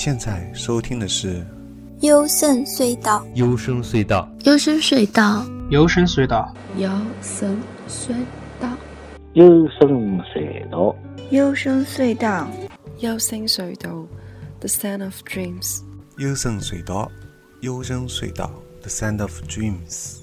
现在收听的是幽深隧道， 幽深隧道， 幽深隧道， 幽深隧道， 幽深隧道， 幽深隧道， 幽深隧道， 幽深隧道 The Sound of Dreams， 幽深隧道，幽深隧道 The Sound of Dreams。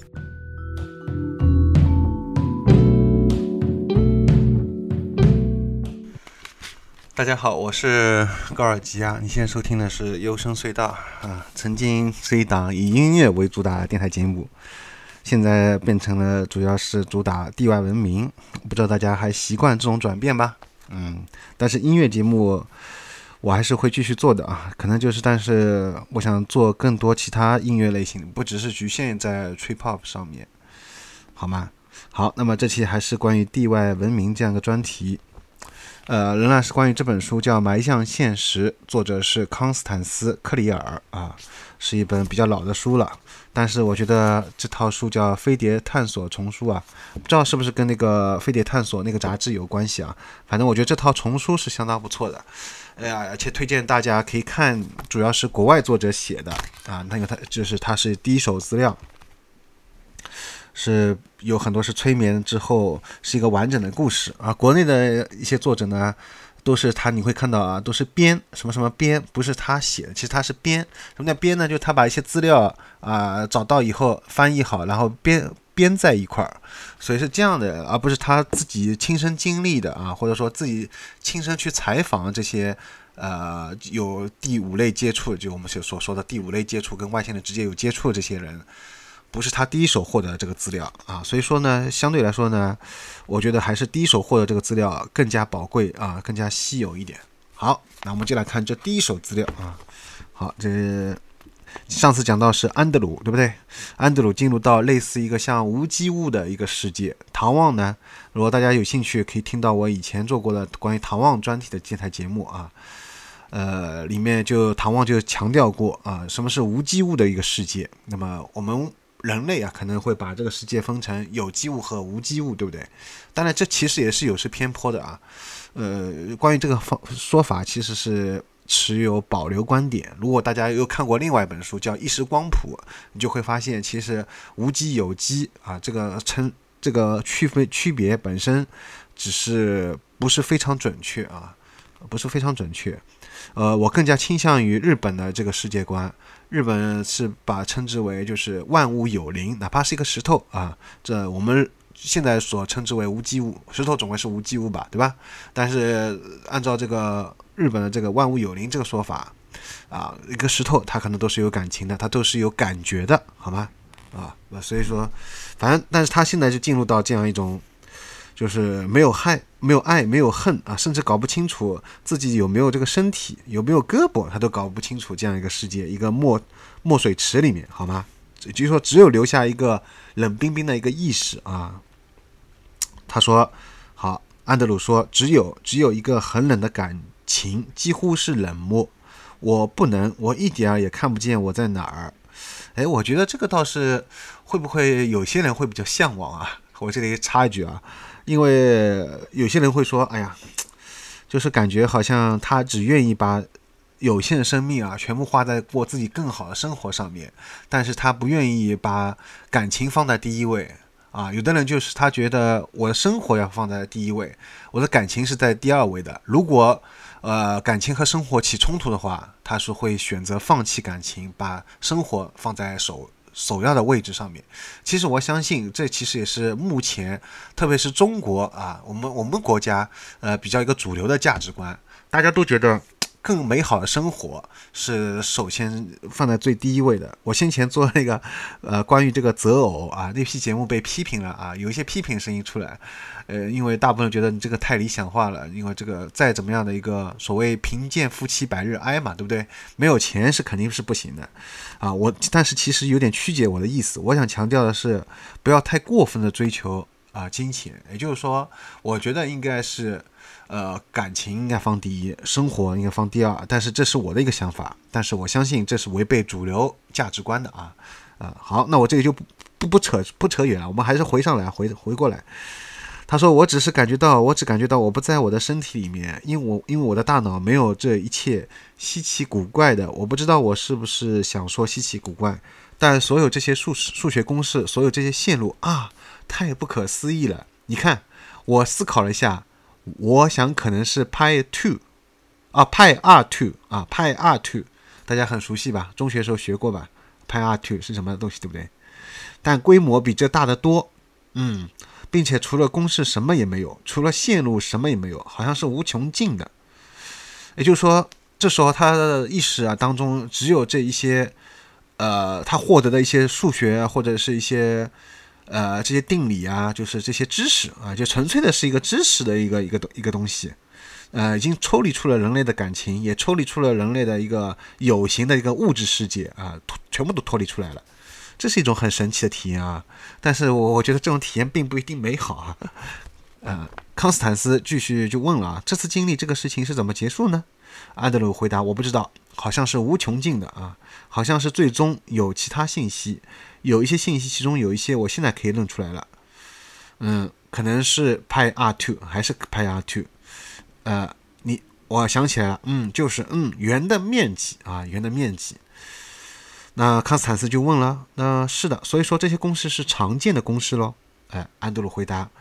大家好，我是高尔基啊。你现在收听的是幽深隧道啊，曾经是一档以音乐为主打的电台节目，现在变成了主要是主打地外文明。不知道大家还习惯这种转变吧？但是音乐节目我还是会继续做的啊，可能但是我想做更多其他音乐类型，不只是局限在 trip hop 上面，好吗？好，那么这期还是关于地外文明这样一个专题。仍然是关于这本书叫《埋向现实》，作者是康斯坦斯·克里尔啊，是一本比较老的书了。但是我觉得这套书叫《飞碟探索丛书》啊，不知道是不是跟那个《飞碟探索》那个杂志有关系啊？反正我觉得这套丛书是相当不错的，而且推荐大家可以看，主要是国外作者写的啊，那个他是第一手资料。是有很多是催眠之后是一个完整的故事啊。国内的一些作者呢，都是你会看到啊，都是编什么什么编，不是他写的，其实他是编。什么叫编呢？就他把一些资料找到以后翻译好，然后编在一块儿，所以是这样的，而不是他自己亲身经历的啊，或者说自己亲身去采访这些有第五类接触，就我们所说的第五类接触，跟外星人直接有接触的这些人。不是他第一手获得这个资料啊，所以说呢，相对来说呢，我觉得还是第一手获得这个资料更加宝贵啊，更加稀有一点。好，那我们就来看这第一手资料啊。好，这上次讲到是安德鲁，对不对？安德鲁进入到类似一个像无机物的一个世界。唐望呢，如果大家有兴趣，可以听到我以前做过的关于唐望专题的电台节目啊。里面唐望就强调过啊，什么是无机物的一个世界。那么我们人类啊，可能会把这个世界分成有机物和无机物，对不对？当然，这其实也是有失偏颇的啊。关于这个说法，其实是持有保留观点。如果大家又看过另外一本书叫《意识光谱》，你就会发现，其实无机有机啊，这个区别本身只是不是非常准确啊，不是非常准确。我更加倾向于日本的这个世界观。日本是称之为就是万物有灵，哪怕是一个石头啊，这我们现在所称之为无机物，石头总归是无机物吧，对吧？但是按照这个日本的这个万物有灵这个说法啊，一个石头它可能都是有感情的，它都是有感觉的，好吗？所以说，反正但是他现在就进入到这样一种。就是没有害，没有爱，没有恨啊，甚至搞不清楚自己有没有这个身体，有没有胳膊，他都搞不清楚这样一个世界，一个墨水池里面，好吗？也就是说，只有留下一个冷冰冰的一个意识啊。他说，好，安德鲁说，只有一个很冷的感情，几乎是冷漠。我一点也看不见我在哪儿。我觉得这个倒是会不会有些人会比较向往啊？我这里插一句啊。因为有些人会说，哎呀，就是感觉好像他只愿意把有限的生命啊全部花在过自己更好的生活上面，但是他不愿意把感情放在第一位啊。有的人就是他觉得我的生活要放在第一位，我的感情是在第二位的。如果感情和生活起冲突的话，他是会选择放弃感情，把生活放在首要的位置上面。其实我相信这其实也是目前特别是中国啊，我们国家比较一个主流的价值观，大家都觉得更美好的生活是首先放在最第一位的。我先前做那个关于这个择偶啊那期节目被批评了啊，有一些批评声音出来，因为大部分人觉得你这个太理想化了，因为这个再怎么样的一个所谓贫贱夫妻百日哀嘛，对不对？没有钱是肯定是不行的啊。但是其实有点曲解我的意思，我想强调的是不要太过分的追求金钱，也就是说，我觉得应该是感情应该放第一，生活应该放第二，但是这是我的一个想法，但是我相信这是违背主流价值观的啊。好，那我这里就不扯远了，我们还是回过来。 他说我只感觉到我不在我的身体里面，因为我的大脑没有这一切稀奇古怪的，我不知道我是不是想说稀奇古怪，但所有这些数学公式，所有这些线路啊，太不可思议了。你看，我思考了一下，我想可能是派 2 啊，派 R2 啊，派 R2， 大家很熟悉吧？中学时候学过吧？派 R2 是什么东西，对不对？但规模比这大得多，并且除了公式什么也没有，除了线路什么也没有，好像是无穷尽的。也就是说，这时候他的意识啊当中只有这一些，他获得的一些数学或者是一些这些定理啊，就是这些知识啊，就纯粹的是一个知识的一个东西。已经抽离出了人类的感情，也抽离出了人类的一个有形的一个物质世界啊，全部都脱离出来了。这是一种很神奇的体验啊，但是我觉得这种体验并不一定美好啊。康斯坦斯继续就问了啊，这次经历这个事情是怎么结束呢？安德鲁回答，我不知道，好像是无穷尽的啊，好像是最终有其他信息，有一些信息，其中有一些我现在可以认出来了，可能是派 R2 还是派 R2，我想起来了，就是圆的面积啊，圆的面积。那康斯坦斯就问了，那是的，所以说这些公式是常见的公式咯。安德鲁回答，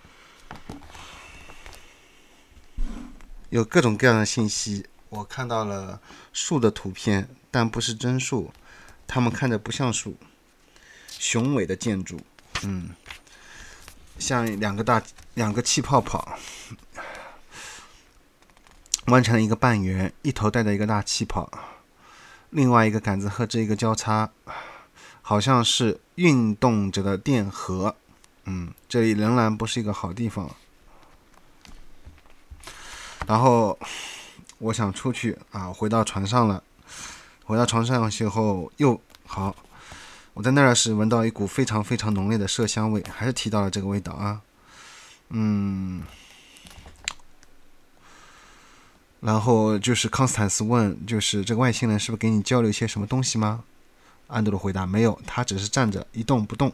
有各种各样的信息，我看到了树的图片，但不是真树，它们看着不像树，雄伟的建筑，像两个气泡泡完成了一个半圆，一头带着一个大气泡，另外一个杆子和这一个交叉，好像是运动着的电荷。这里仍然不是一个好地方。然后我想出去啊，回到船上了。回到床上以后又好，我在那儿时闻到一股非常非常浓烈的麝香味，还是提到了这个味道啊。然后就是康斯坦斯问，就是这个外星人是不是给你交流一些什么东西吗？安德鲁回答，没有，他只是站着一动不动。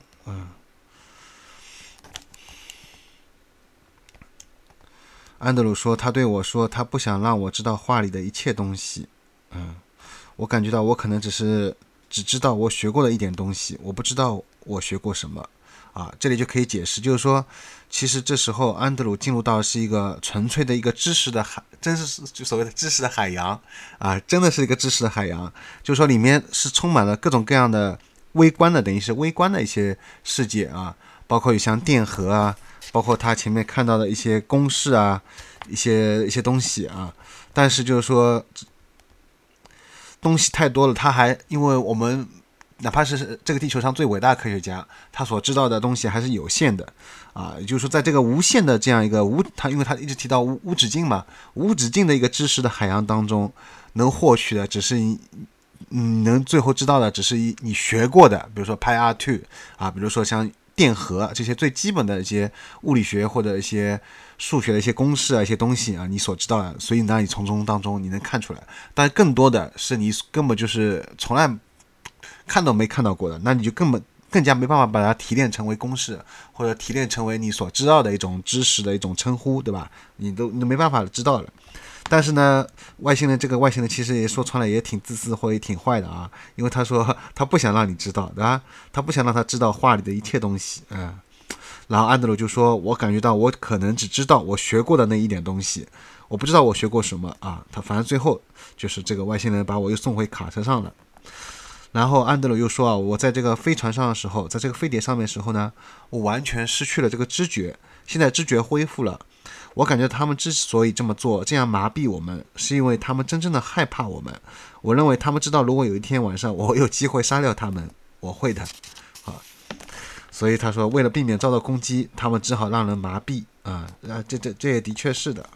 安德鲁说，他对我说，他不想让我知道画里的一切东西。我感觉到我可能只知道我学过的一点东西，我不知道我学过什么。这里就可以解释，就是说，其实这时候安德鲁进入到是一个纯粹的一个知识的海，真是就所谓的知识的海洋啊，真的是一个知识的海洋。就是说，里面是充满了各种各样的微观的，等于是微观的一些世界啊，包括有像电荷啊，包括他前面看到的一些公式啊，一些东西啊。但是就是说，东西太多了，他还因为我们。哪怕是这个地球上最伟大的科学家，他所知道的东西还是有限的也就是说，在这个无限的这样一个因为他一直提到无止境嘛，无止境的一个知识的海洋当中，能获取的只是能最后知道的只是你学过的，比如说派 R2 比如说像电荷这些最基本的一些物理学或者一些数学的一些公式一些东西你所知道的，所以呢，你从中当中你能看出来，但更多的是你根本就是从来看都没看到过的，那你就更加没办法把它提炼成为公式，或者提炼成为你所知道的一种知识的一种称呼，对吧？你都没办法知道了。但是呢，这个外星人其实也说穿了也挺自私或也挺坏的因为他说他不想让你知道，对吧？他不想让他知道画里的一切东西然后安德鲁就说，我感觉到我可能只知道我学过的那一点东西，我不知道我学过什么他反正最后就是这个外星人把我又送回卡车上了。然后安德鲁又说我在这个飞船上的时候，在这个飞碟上面的时候呢，我完全失去了这个知觉，现在知觉恢复了。我感觉他们之所以这么做，这样麻痹我们，是因为他们真正的害怕我们。我认为他们知道，如果有一天晚上我有机会杀掉他们，我会的所以他说，为了避免遭到攻击，他们只好让人麻痹这也的确是的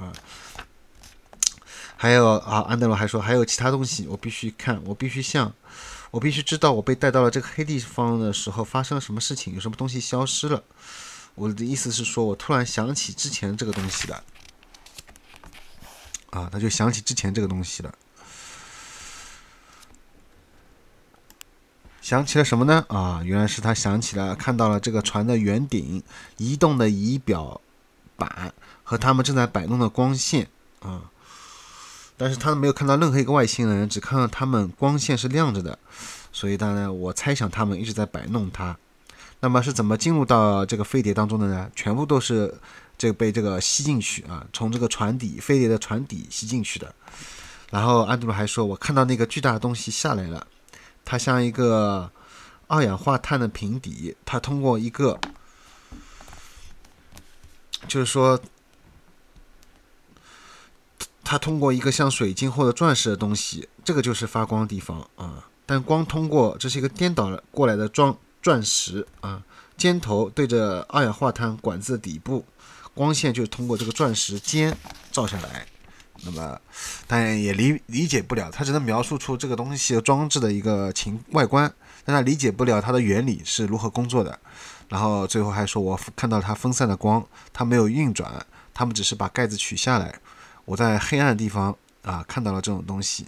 还有安德鲁还说，还有其他东西我必须看，我必须知道我被带到了这个黑地方的时候发生了什么事情，有什么东西消失了。我的意思是说，我突然想起之前这个东西了他就想起之前这个东西了。想起了什么呢？原来是他想起了看到了这个船的圆顶移动的仪表板和他们正在摆弄的光线啊。但是他们没有看到任何一个外星人，只看到他们光线是亮着的，所以当然我猜想他们一直在摆弄它。那么是怎么进入到这个飞碟当中的呢？全部都是被这个吸进去啊，从这个飞碟的船底吸进去的。然后安德鲁还说，我看到那个巨大的东西下来了，它像一个二氧化碳的瓶底，它通过一个，就是说它通过一个像水晶或者钻石的东西，这个就是发光的地方啊。但光通过，这是一个颠倒过来的钻石啊，尖头对着二氧化碳管子的底部，光线就通过这个钻石尖照下来。那么当然也理解不了，他只能描述出这个东西的装置的一个外观，但他理解不了它的原理是如何工作的。然后最后还说，我看到它分散的光，它没有运转，他们只是把盖子取下来。我在黑暗的地方啊看到了这种东西，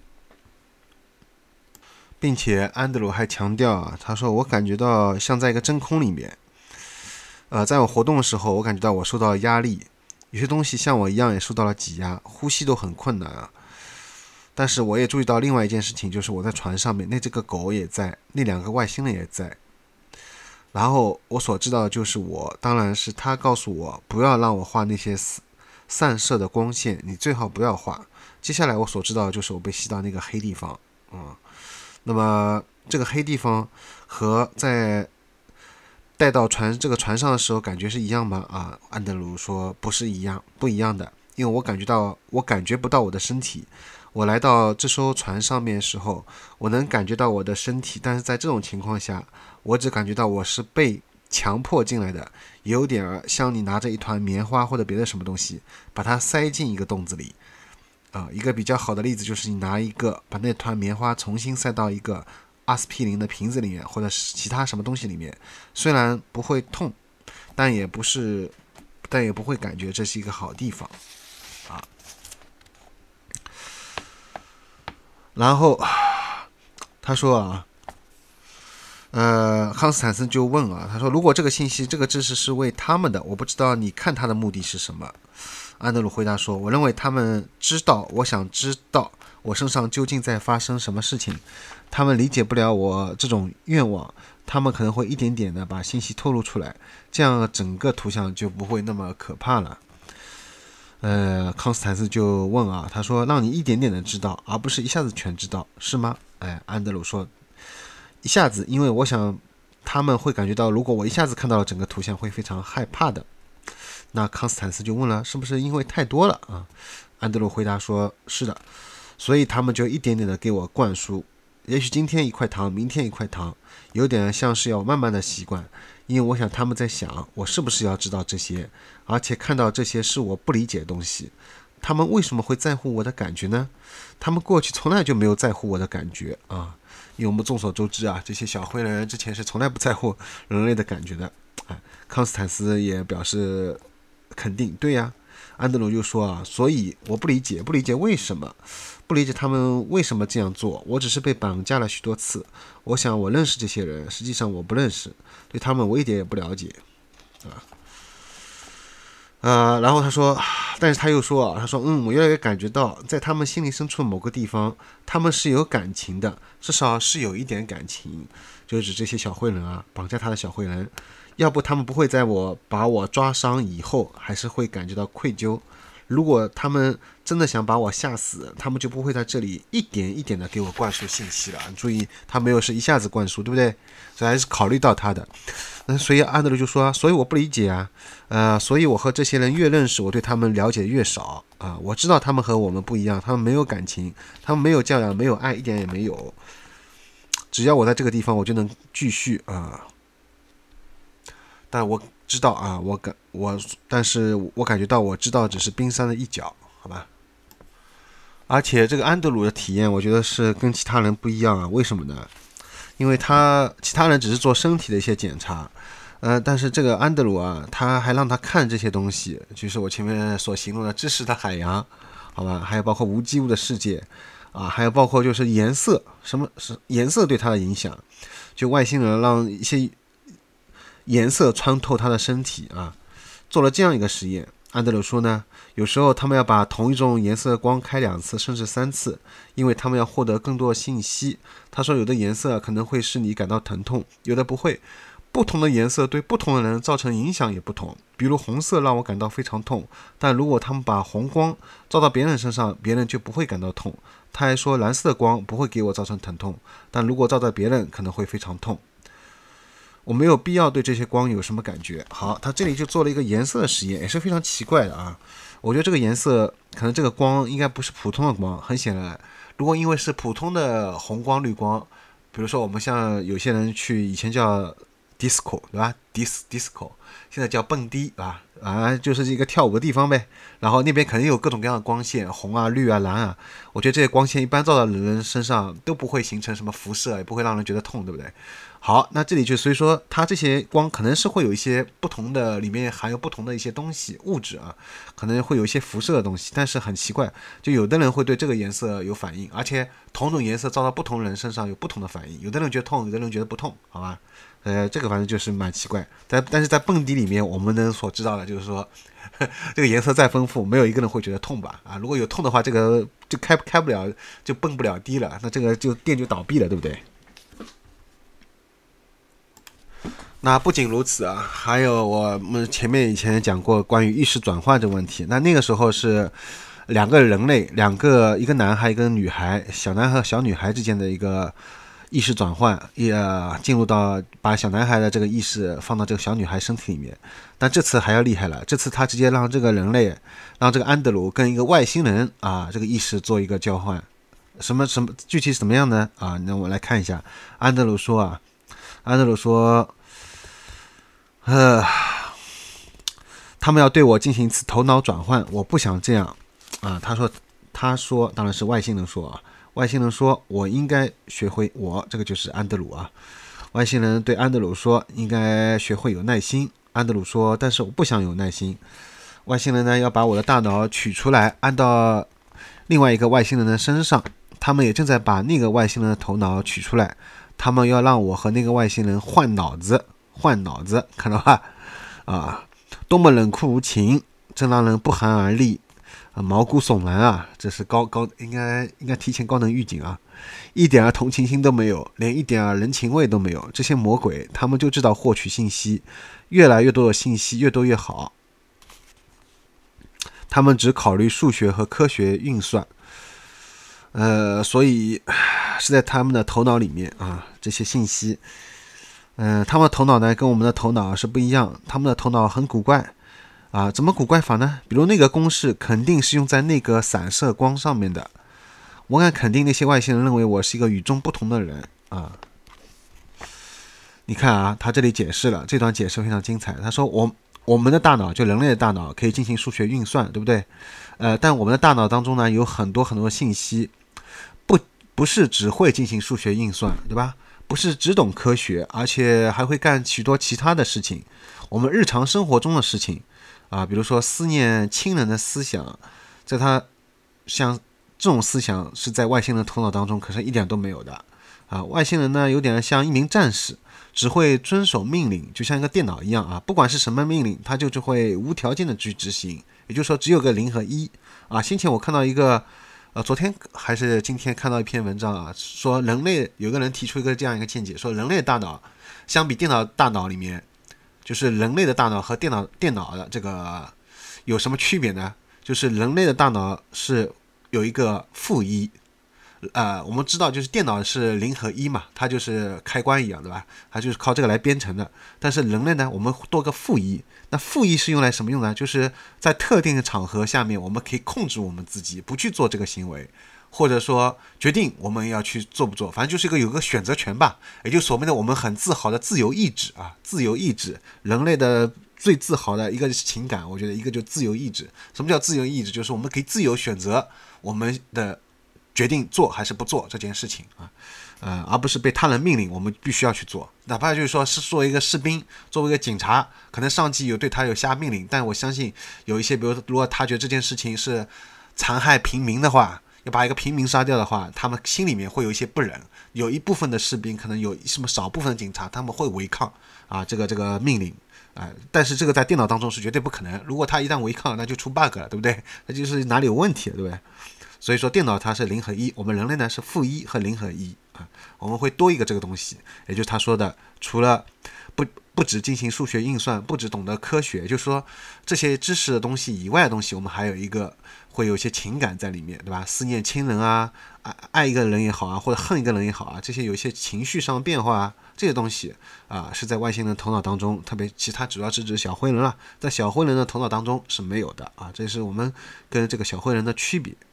并且安德鲁还强调啊，他说我感觉到像在一个真空里面，在我活动的时候，我感觉到我受到了压力，有些东西像我一样也受到了挤压，呼吸都很困难啊。但是我也注意到另外一件事情，就是我在船上面，那这个狗也在，那2个外星人也在。然后我所知道的就是当然是他告诉我不要让我画那些散射的光线，你最好不要画。接下来我所知道的就是我被吸到那个黑地方那么这个黑地方和在带到这个船上的时候感觉是一样吗？安德鲁说不一样的，因为我感觉不到我的身体。我来到这艘船上面的时候，我能感觉到我的身体，但是在这种情况下，我只感觉到我是被强迫进来的，有点像你拿着一团棉花或者别的什么东西，把它塞进一个洞子里。一个比较好的例子就是你把那团棉花重新塞到一个阿司匹林的瓶子里面，或者是其他什么东西里面，虽然不会痛，但也不会感觉这是一个好地方然后他说康斯坦森就问他说如果这个信息这个知识是为他们的，我不知道你看他的目的是什么。安德鲁回答说，我认为他们知道，我想知道我身上究竟在发生什么事情，他们理解不了我这种愿望，他们可能会一点点的把信息透露出来，这样整个图像就不会那么可怕了。康斯坦斯就问他说让你一点点的知道，而不是一下子全知道，是吗？安德鲁说一下子，因为我想他们会感觉到如果我一下子看到了整个图像会非常害怕的。那康斯坦斯就问了，是不是因为太多了安德鲁回答说是的，所以他们就一点点的给我灌输，也许今天一块糖，明天一块糖，有点像是要慢慢的习惯，因为我想他们在想我是不是要知道这些，而且看到这些是我不理解的东西。他们为什么会在乎我的感觉呢？他们过去从来就没有在乎我的感觉因为我们众所周知这些小灰人之前是从来不在乎人类的感觉的康斯坦斯也表示肯定，对呀。安德鲁就说所以我不理解为什么，不理解他们为什么这样做，我只是被绑架了许多次，我想我认识这些人，实际上我不认识，对他们我一点也不了解然后他说，但是他又说他说我越来越感觉到在他们心里深处某个地方他们是有感情的，至少是有一点感情，就是指这些小灰人绑架他的小灰人，要不他们不会在把我抓伤以后还是会感觉到愧疚，如果他们真的想把我吓死，他们就不会在这里一点一点的给我灌输信息了。注意他没有是一下子灌输，对不对？所以还是考虑到他的。所以安德鲁就说所以我不理解所以我和这些人越认识，我对他们了解越少我知道他们和我们不一样，他们没有感情，他们没有教养，没有爱，一点也没有，只要我在这个地方我就能继续但我知道但是我感觉到我知道只是冰山的一角，好吧。而且这个安德鲁的体验我觉得是跟其他人不一样为什么呢？因为其他人只是做身体的一些检查但是这个安德鲁他还让他看这些东西，就是我前面所形容的知识的海洋，好吧，还有包括无机物的世界还有包括就是颜色，什么是颜色对他的影响，就外星人让一些颜色穿透他的身体做了这样一个实验。安德鲁说呢，有时候他们要把同一种颜色的光开2次甚至3次，因为他们要获得更多的信息。他说有的颜色可能会使你感到疼痛，有的不会。不同的颜色对不同的人造成影响也不同，比如红色让我感到非常痛，但如果他们把红光照到别人身上，别人就不会感到痛。他还说蓝色的光不会给我造成疼痛，但如果照到别人可能会非常痛。我没有必要对这些光有什么感觉。好，他这里就做了一个颜色的实验，也是非常奇怪的啊。我觉得这个颜色可能这个光应该不是普通的光，很显然如果因为是普通的红光绿光，比如说我们像有些人去以前叫 disco 对吧 disco 现在叫蹦迪就是一个跳舞的地方呗，然后那边肯定有各种各样的光线，红啊绿啊蓝啊，我觉得这些光线一般照到人身上都不会形成什么辐射，也不会让人觉得痛，对不对？好，那这里就所以说它这些光可能是会有一些不同的，里面含有不同的一些东西物质啊，可能会有一些辐射的东西，但是很奇怪，就有的人会对这个颜色有反应，而且同种颜色照到不同人身上有不同的反应，有的人觉得痛，有的人觉得不痛，好吧？这个反正就是蛮奇怪。但是在蹦迪里面，我们能所知道的就是说，这个颜色再丰富，没有一个人会觉得痛吧？如果有痛的话，这个就开不了，就蹦不了迪了，那这个店就倒闭了，对不对？那不仅如此啊，还有我们前面以前讲过关于意识转换这个问题。那个时候是2个人类，一个男孩一个女孩，小男孩和小女孩之间的一个意识转换，进入到把小男孩的这个意识放到这个小女孩身体里面。但这次还要厉害了，这次他直接让这个人类，让这个安德鲁跟一个外星人这个意识做一个交换。什么具体怎么样呢？那我来看一下。安德鲁说他们要对我进行一次头脑转换，我不想这样他说当然是外星人说外星人说我应该学会，这个就是安德鲁外星人对安德鲁说应该学会有耐心。安德鲁说但是我不想有耐心。外星人呢要把我的大脑取出来安到另外一个外星人的身上，他们也正在把那个外星人的头脑取出来，他们要让我和那个外星人换脑子，看到吧？多么冷酷无情，真让人不寒而栗毛骨悚然这是应该提前高能预警一点同情心都没有，连一点人情味都没有。这些魔鬼他们就知道获取信息，越来越多的信息，越多越好。他们只考虑数学和科学运算，所以是在他们的头脑里面这些信息。他们的头脑呢跟我们的头脑是不一样，他们的头脑很古怪怎么古怪法呢？比如那个公式肯定是用在那个散射光上面的，我敢肯定那些外星人认为我是一个与众不同的人你看他这里解释了，这段解释非常精彩。他说我们的大脑，就人类的大脑可以进行数学运算，对不对？但我们的大脑当中呢有很多很多信息，不是只会进行数学运算，对吧？不是只懂科学，而且还会干许多其他的事情，我们日常生活中的事情比如说思念亲人的思想，在他像这种思想是在外星人头脑当中可是一点都没有的外星人呢有点像一名战士，只会遵守命令，就像一个电脑一样不管是什么命令他就会无条件的去执行，也就是说只有个0和1先前我看到一个昨天还是今天看到一篇文章说人类有个人提出这样一个见解，说人类的大脑相比电脑大脑里面，就是人类的大脑和电脑的这个有什么区别呢？就是人类的大脑是有一个-1我们知道就是电脑是0和1嘛，它就是开关一样，对吧？它就是靠这个来编程的。但是人类呢，我们多个-1，那-1是用来什么用呢？就是在特定的场合下面，我们可以控制我们自己不去做这个行为，或者说决定我们要去做不做，反正就是有个选择权吧，也就是所谓的我们很自豪的自由意志自由意志，人类的最自豪的一个情感，我觉得一个就是自由意志。什么叫自由意志？就是我们可以自由选择我们的决定做还是不做这件事情而不是被他人命令我们必须要去做。哪怕就是说是作为一个士兵，作为一个警察，可能上级对他有下命令，但我相信有一些比如如果他觉得这件事情是残害平民的话， 要把一个平民杀掉的话，他们心里面会有一些不忍，有一部分的士兵可能有什么少部分的警察他们会违抗啊这个命令但是这个在电脑当中是绝对不可能，如果他一旦违抗那就出 bug 了，对不对？那就是哪里有问题了，对不对？所以说电脑它是0和1，我们人类呢是-1和0和1我们会多一个这个东西，也就是他说的，除了不只进行数学运算，不只懂得科学，就是说这些知识的东西以外的东西，我们还有一个会有一些情感在里面，对吧？思念亲人爱一个人也好或者恨一个人也好这些有一些情绪上的变化这些东西是在外星人头脑当中，特别其他主要是指小灰人了，在小灰人的头脑当中是没有的这是我们跟这个小灰人的区别。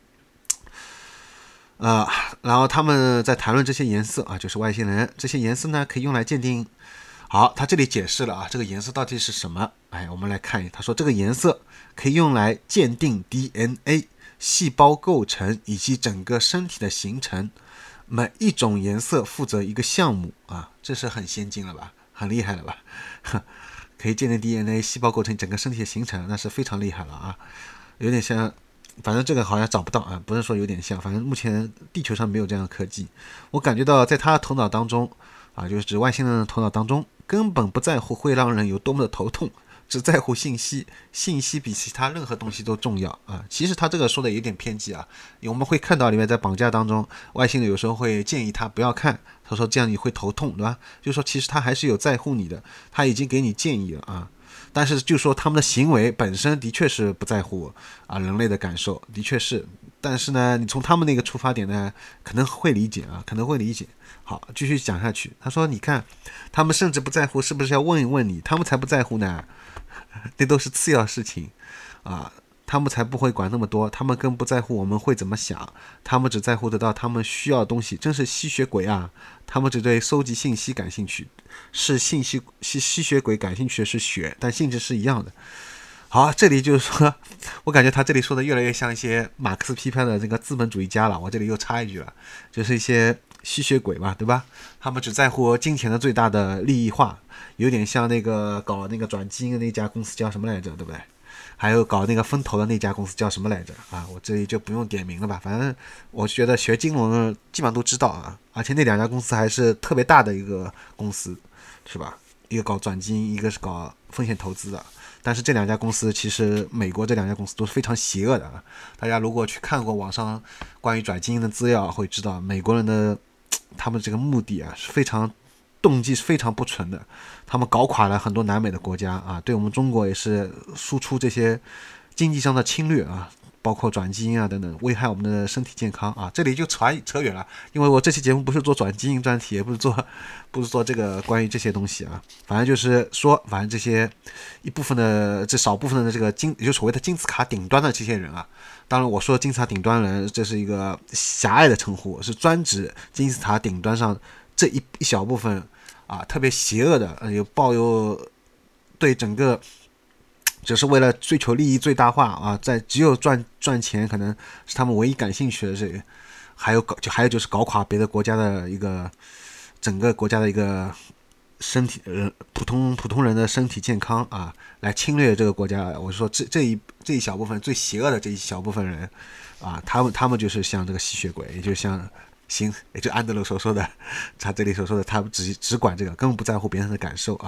然后他们在谈论这些颜色就是外星人这些颜色呢可以用来鉴定。好，他这里解释了这个颜色到底是什么。我们来看一下，他说这个颜色可以用来鉴定 DNA 细胞构成以及整个身体的形成，每一种颜色负责一个项目这是很先进了吧，很厉害了吧可以鉴定 DNA 细胞构成整个身体的形成，那是非常厉害了有点像，反正这个好像找不到不是说有点像，反正目前地球上没有这样的科技。我感觉到在他的头脑当中就是指外星人的头脑当中根本不在乎会让人有多么的头痛，只在乎信息比其他任何东西都重要其实他这个说的有点偏激我们会看到里面在绑架当中，外星人有时候会建议他不要看，他说这样你会头痛，对吧？就是说其实他还是有在乎你的，他已经给你建议了但是就说他们的行为本身的确是不在乎人类的感受，的确是，但是呢你从他们那个出发点呢可能会理解可能会理解。好，继续讲下去，他说你看他们甚至不在乎是不是要问一问你，他们才不在乎呢那都是次要事情他们才不会管那么多，他们更不在乎我们会怎么想，他们只在乎得到他们需要的东西，真是吸血鬼他们只对收集信息感兴趣，是吸血鬼感兴趣的是血，但性质是一样的。好，这里就是说我感觉他这里说的越来越像一些马克思批判的这个资本主义家了，我这里又插一句了，就是一些吸血鬼吧，对吧？他们只在乎金钱的最大的利益化，有点像那个搞那个转基因的那家公司叫什么来着，对不对？还有搞那个风投的那家公司叫什么来着我这里就不用点名了吧，反正我觉得学金融基本上都知道而且那两家公司还是特别大的一个公司，是吧？一个搞转基因，一个是搞风险投资的。但是这两家公司其实美国这两家公司都是非常邪恶的大家如果去看过网上关于转基因的资料会知道，美国人的他们这个目的是非常动机是非常不纯的，他们搞垮了很多南美的国家对我们中国也是输出这些经济上的侵略包括转基因等等，危害我们的身体健康这里就扯远了，因为我这期节目不是做转基因专题，也不是做这个关于这些东西反正就是说，反正这些一部分的这少部分的这个也就所谓的金字塔顶端的这些人当然我说金字塔顶端人这是一个狭隘的称呼，是专指金字塔顶端上这一小部分特别邪恶的抱有对整个只是为了追求利益最大化在只有赚钱可能是他们唯一感兴趣的这个，还有就是搞垮别的国家的一个整个国家的一个身体普通人的身体健康来侵略这个国家。我说这一小部分最邪恶的这一小部分人他们就是像这个吸血鬼，也就像也就安德鲁所说的，他这里所说的，他只管这个，根本不在乎别人的感受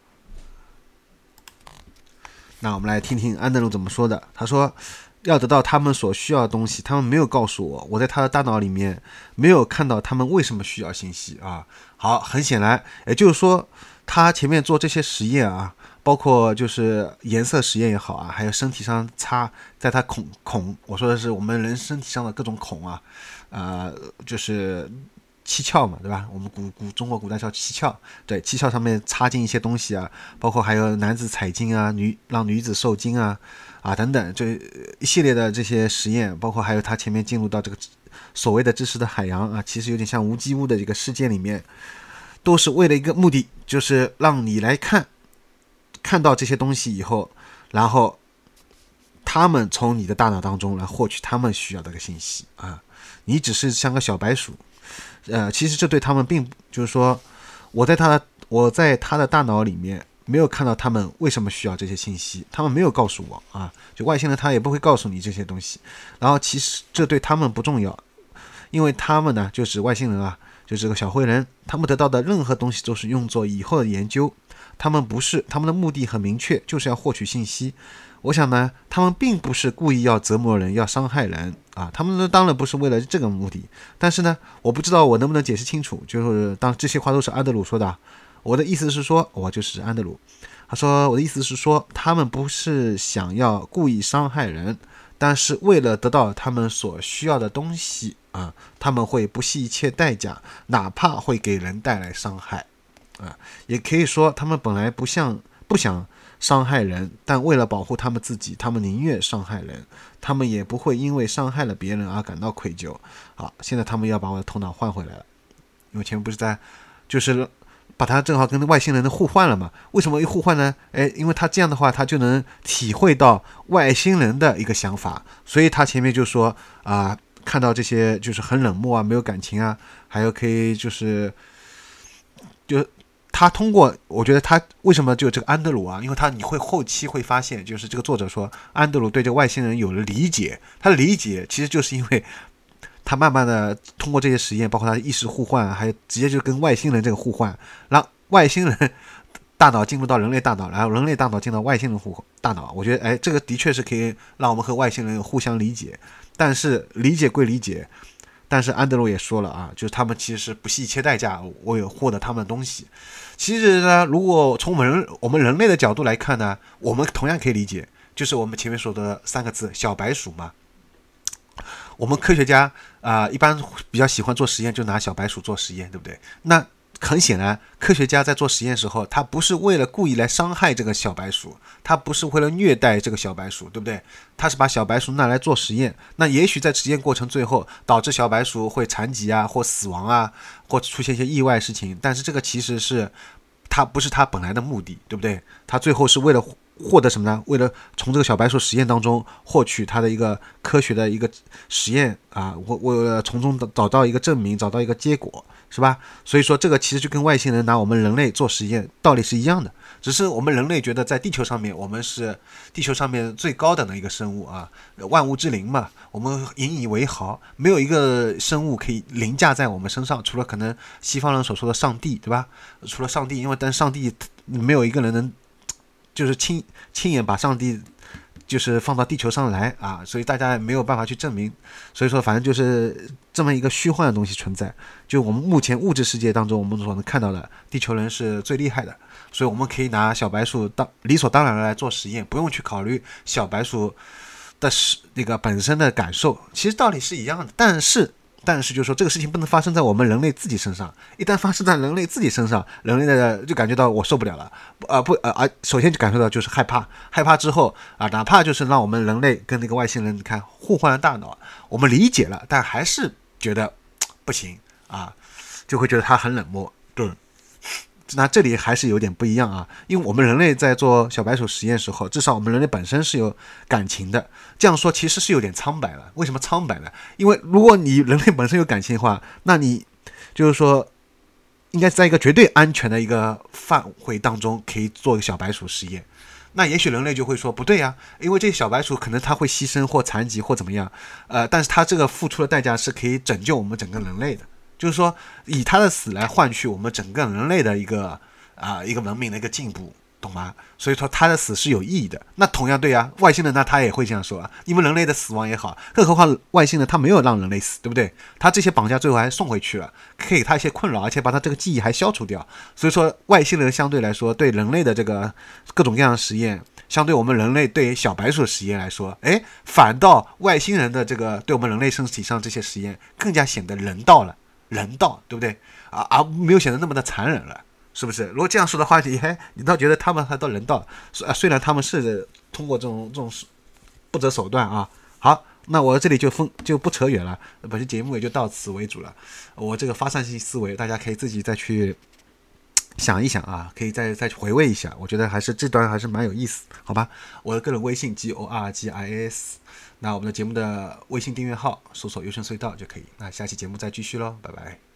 那我们来听听安德鲁怎么说的。他说要得到他们所需要的东西，他们没有告诉我，我在他的大脑里面没有看到他们为什么需要信息好，很显然也就是说他前面做这些实验包括就是颜色实验也好还有身体上擦在他孔我说的是我们人身体上的各种孔就是七窍嘛，对吧？我们中国古代叫七窍，对，七窍上面插进一些东西包括还有男子采精让女子受精等等，这一系列的这些实验，包括还有他前面进入到这个所谓的知识的海洋其实有点像无机物的这个世界里面，都是为了一个目的，就是让你来看到这些东西以后，然后他们从你的大脑当中来获取他们需要的个信息你只是像个小白鼠。其实这对他们并就是说，我在他的大脑里面没有看到他们为什么需要这些信息，他们没有告诉我啊，就外星人他也不会告诉你这些东西。然后其实这对他们不重要，因为他们呢就是外星人啊，就这个小灰人，他们得到的任何东西都是用作以后的研究，他们的目的很明确，就是要获取信息。我想呢，他们并不是故意要折磨人，要伤害人啊，他们当然不是为了这个目的。但是呢，我不知道我能不能解释清楚，就是当这些话都是安德鲁说的，我的意思是说，我就是安德鲁。他说我的意思是说，他们不是想要故意伤害人，但是为了得到他们所需要的东西啊，他们会不惜一切代价，哪怕会给人带来伤害啊。也可以说，他们本来不想伤害人，但为了保护他们自己，他们宁愿伤害人，他们也不会因为伤害了别人而感到愧疚。好，现在他们要把我的头脑换回来了，因为前面不是就是把他正好跟外星人的互换了嘛？为什么一互换呢？因为他这样的话，他就能体会到外星人的一个想法，所以他前面就说看到这些就是很冷漠啊，没有感情啊，还有可以就他通过，我觉得他为什么就这个安德鲁啊，因为你会后期会发现，就是这个作者说安德鲁对这个外星人有了理解，他的理解其实就是因为他慢慢的通过这些实验，包括他的意识互换，还有直接就跟外星人这个互换，让外星人大脑进入到人类大脑，然后人类大脑进到外星人大脑。我觉得这个的确是可以让我们和外星人互相理解，但是理解归理解，但是安德鲁也说了啊，就是他们其实是不惜一切代价为了获得他们的东西。其实呢，如果从我们人类的角度来看呢，我们同样可以理解，就是我们前面说的3个字小白鼠嘛。我们科学家一般比较喜欢做实验，就拿小白鼠做实验，对不对？那很显然，科学家在做实验时候，他不是为了故意来伤害这个小白鼠，他不是为了虐待这个小白鼠，对不对？他是把小白鼠拿来做实验，那也许在实验过程最后导致小白鼠会残疾啊，或死亡啊，或出现一些意外事情，但是这个其实是他不是他本来的目的，对不对？他最后是为了获得什么呢？为了从这个小白鼠实验当中获取他的一个科学的一个实验啊，为了从中找到一个证明，找到一个结果，是吧？所以说这个其实就跟外星人拿我们人类做实验道理是一样的，只是我们人类觉得在地球上面，我们是地球上面最高等的一个生物啊，万物之灵嘛，我们引以为豪，没有一个生物可以凌驾在我们身上，除了可能西方人所说的上帝，对吧？除了上帝，因为但上帝没有一个人能就是亲眼把上帝就是放到地球上来啊，所以大家没有办法去证明，所以说反正就是这么一个虚幻的东西存在。就我们目前物质世界当中我们所能看到的，地球人是最厉害的，所以我们可以拿小白鼠理所当然的来做实验，不用去考虑小白鼠的那个本身的感受，其实道理是一样的。但是就是说这个事情不能发生在我们人类自己身上，一旦发生在人类自己身上，人类的就感觉到我受不了了，首先就感受到就是害怕之后哪怕就是让我们人类跟那个外星人看互换了大脑，我们理解了，但还是觉得不行就会觉得他很冷漠，对。那这里还是有点不一样啊，因为我们人类在做小白鼠实验时候，至少我们人类本身是有感情的。这样说其实是有点苍白了。为什么苍白呢？因为如果你人类本身有感情的话，那你就是说应该在一个绝对安全的一个范围当中可以做一个小白鼠实验。那也许人类就会说不对啊，因为这小白鼠可能它会牺牲或残疾或怎么样，但是它这个付出的代价是可以拯救我们整个人类的。就是说以他的死来换取我们整个人类的一个文明的一个进步，懂吗？所以说他的死是有意义的。那同样对啊，外星人呢他也会这样说你们人类的死亡也好，更何况外星人他没有让人类死，对不对？他这些绑架最后还送回去了，可以给他一些困扰，而且把他这个记忆还消除掉。所以说外星人相对来说对人类的这个各种各样的实验，相对我们人类对小白鼠实验来说，反倒外星人的这个对我们人类身体上这些实验更加显得人道，对不对而没有显得那么的残忍了，是不是？如果这样说的话，你倒觉得他们还到人道，虽然他们是通过这种不择手段好，那我这里就不扯远了，本期节目也就到此为主了。我这个发散性思维，大家可以自己再去想一想可以再去回味一下，我觉得还是这段还是蛮有意思，好吧？我的个人微信 GORGIAS， 那我们的节目的微信订阅号搜索优声隧道就可以。那下期节目再继续咯，拜拜。